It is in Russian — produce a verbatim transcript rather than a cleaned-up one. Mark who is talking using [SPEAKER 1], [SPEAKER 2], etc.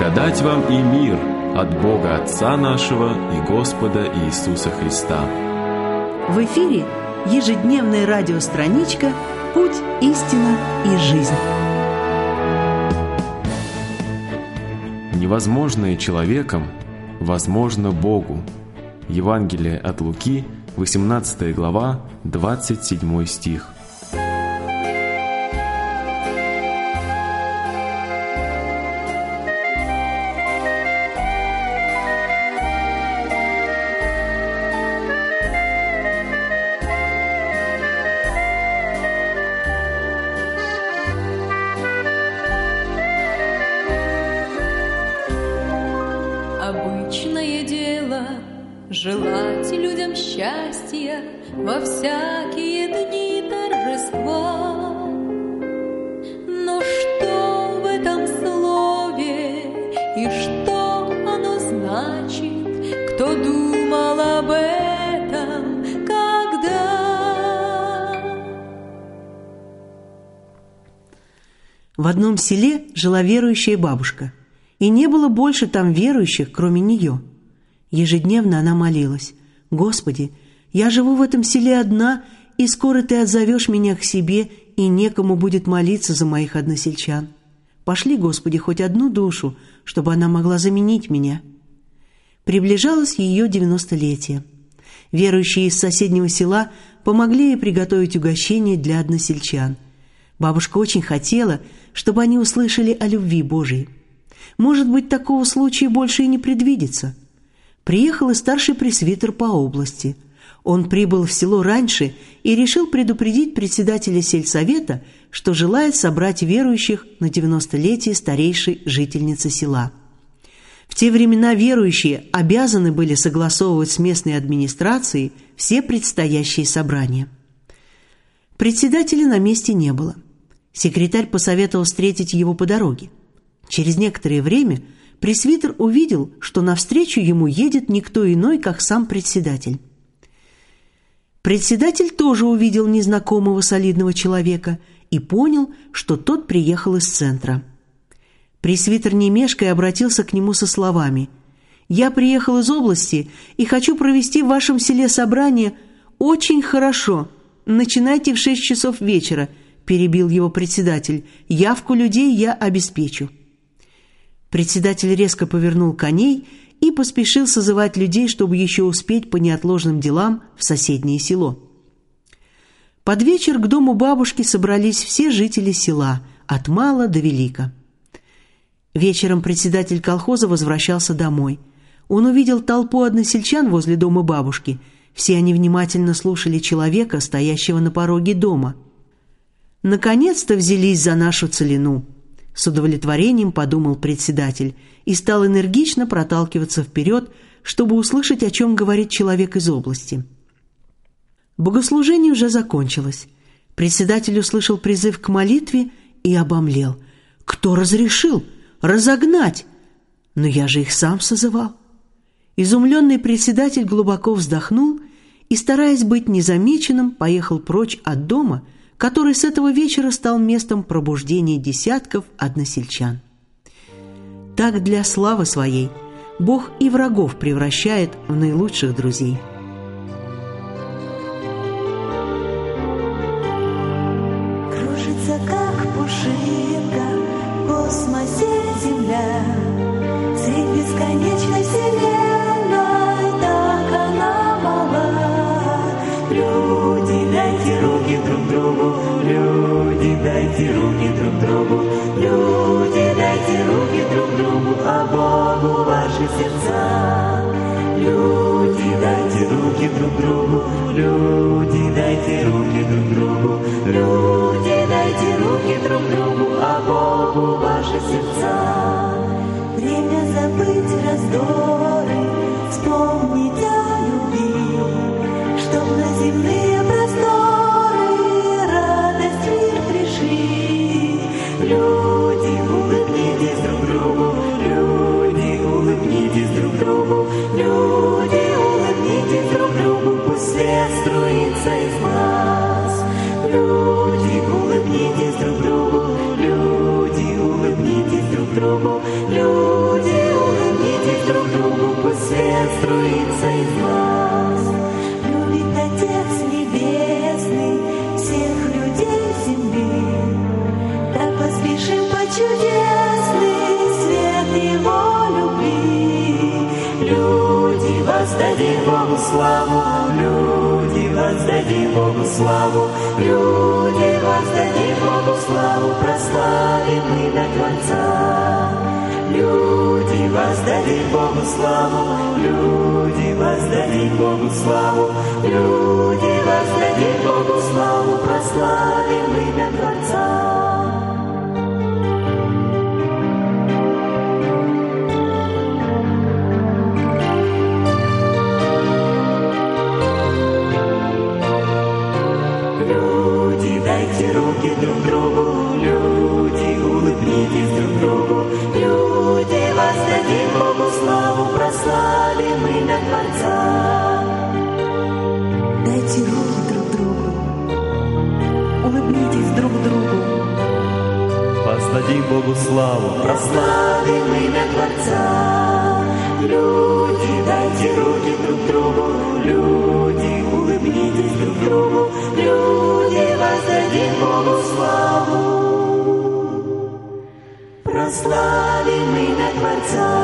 [SPEAKER 1] Благодать вам и мир от Бога Отца нашего и Господа Иисуса Христа.
[SPEAKER 2] В эфире ежедневная радиостраничка «Путь, истина и жизнь».
[SPEAKER 1] Невозможное человеком возможно Богу. Евангелие от Луки, восемнадцатая глава, двадцать седьмой стих.
[SPEAKER 3] Обычное дело желать людям счастья во всякие дни торжества. Но что в этом слове и что оно значит? Кто думал об этом, когда?
[SPEAKER 2] В одном селе жила верующая бабушка, и не было больше там верующих, кроме нее. Ежедневно она молилась: «Господи, я живу в этом селе одна, и скоро Ты отзовешь меня к себе, и некому будет молиться за моих односельчан. Пошли, Господи, хоть одну душу, чтобы она могла заменить меня». Приближалось ее девяностолетие. Верующие из соседнего села помогли ей приготовить угощение для односельчан. Бабушка очень хотела, чтобы они услышали о любви Божией. Может быть, такого случая больше и не предвидится. Приехал и старший пресвитер по области. Он прибыл в село раньше и решил предупредить председателя сельсовета, что желает собрать верующих на девяностолетие старейшей жительницы села. В те времена верующие обязаны были согласовывать с местной администрацией все предстоящие собрания. Председателя на месте не было. Секретарь посоветовал встретить его по дороге. Через некоторое время пресвитер увидел, что навстречу ему едет никто иной, как сам председатель. Председатель тоже увидел незнакомого солидного человека и понял, что тот приехал из центра. Пресвитер не мешкая обратился к нему со словами: «Я приехал из области и хочу провести в вашем селе собрание». «Очень хорошо. Начинайте в шесть часов вечера», – перебил его председатель. «Явку людей я обеспечу». Председатель резко повернул коней и поспешил созывать людей, чтобы еще успеть по неотложным делам в соседнее село. Под вечер к дому бабушки собрались все жители села, от мала до велика. Вечером председатель колхоза возвращался домой. Он увидел толпу односельчан возле дома бабушки. Все они внимательно слушали человека, стоящего на пороге дома. «Наконец-то взялись за нашу целину», — с удовлетворением подумал председатель и стал энергично проталкиваться вперед, чтобы услышать, о чем говорит человек из области. Богослужение уже закончилось. Председатель услышал призыв к молитве и обомлел. «Кто разрешил? Разогнать? Но я же их сам созывал». Изумленный председатель глубоко вздохнул и, стараясь быть незамеченным, поехал прочь от дома, который с этого вечера стал местом пробуждения десятков односельчан. Так для славы своей Бог и врагов превращает в наилучших друзей.
[SPEAKER 4] Кружится, как пушинка, в космосе Земля, средь бесконечной вселенной, так она мала. Люди, дайте руки друг другу, люди, дайте руки друг другу, люди, дайте руки друг другу, а Богу ваши сердца. Люди, дайте руки друг другу, люди, дайте руки друг другу, люди, дайте руки друг другу, а Богу ваши сердца. Время забыть раздоры, вспомнить о любви, чтоб на земные просторы радость в мир пришли. Люди, улыбнитесь друг другу, люди, улыбнитесь друг другу, люди, улыбнитесь друг другу, пусть свет струится из глаз. Люди, улыбнитесь друг другу, люди, улыбнитесь друг другу, люди. дышим под чудесный свет Его любви. Люди, воздадим Богу славу, люди, воздадим Богу славу, люди, воздадим Богу славу, прославим имя Творца. Люди, воздадим Богу славу, люди, воздадим Богу славу, люди, воздадим Богу славу, прославим имя Творца. Люди, дайте руки друг другу, люди, улыбнитесь друг другу, люди, воздадим Богу славу, прославим имя Творца. Дайте руки друг другу, улыбнитесь друг другу,
[SPEAKER 5] воздадим Богу славу,
[SPEAKER 4] прославим имя Творца. Люди, дайте руки друг другу, люди, улыбнитесь друг другу, люди, воздадим Богу славу, прославим имя Творца.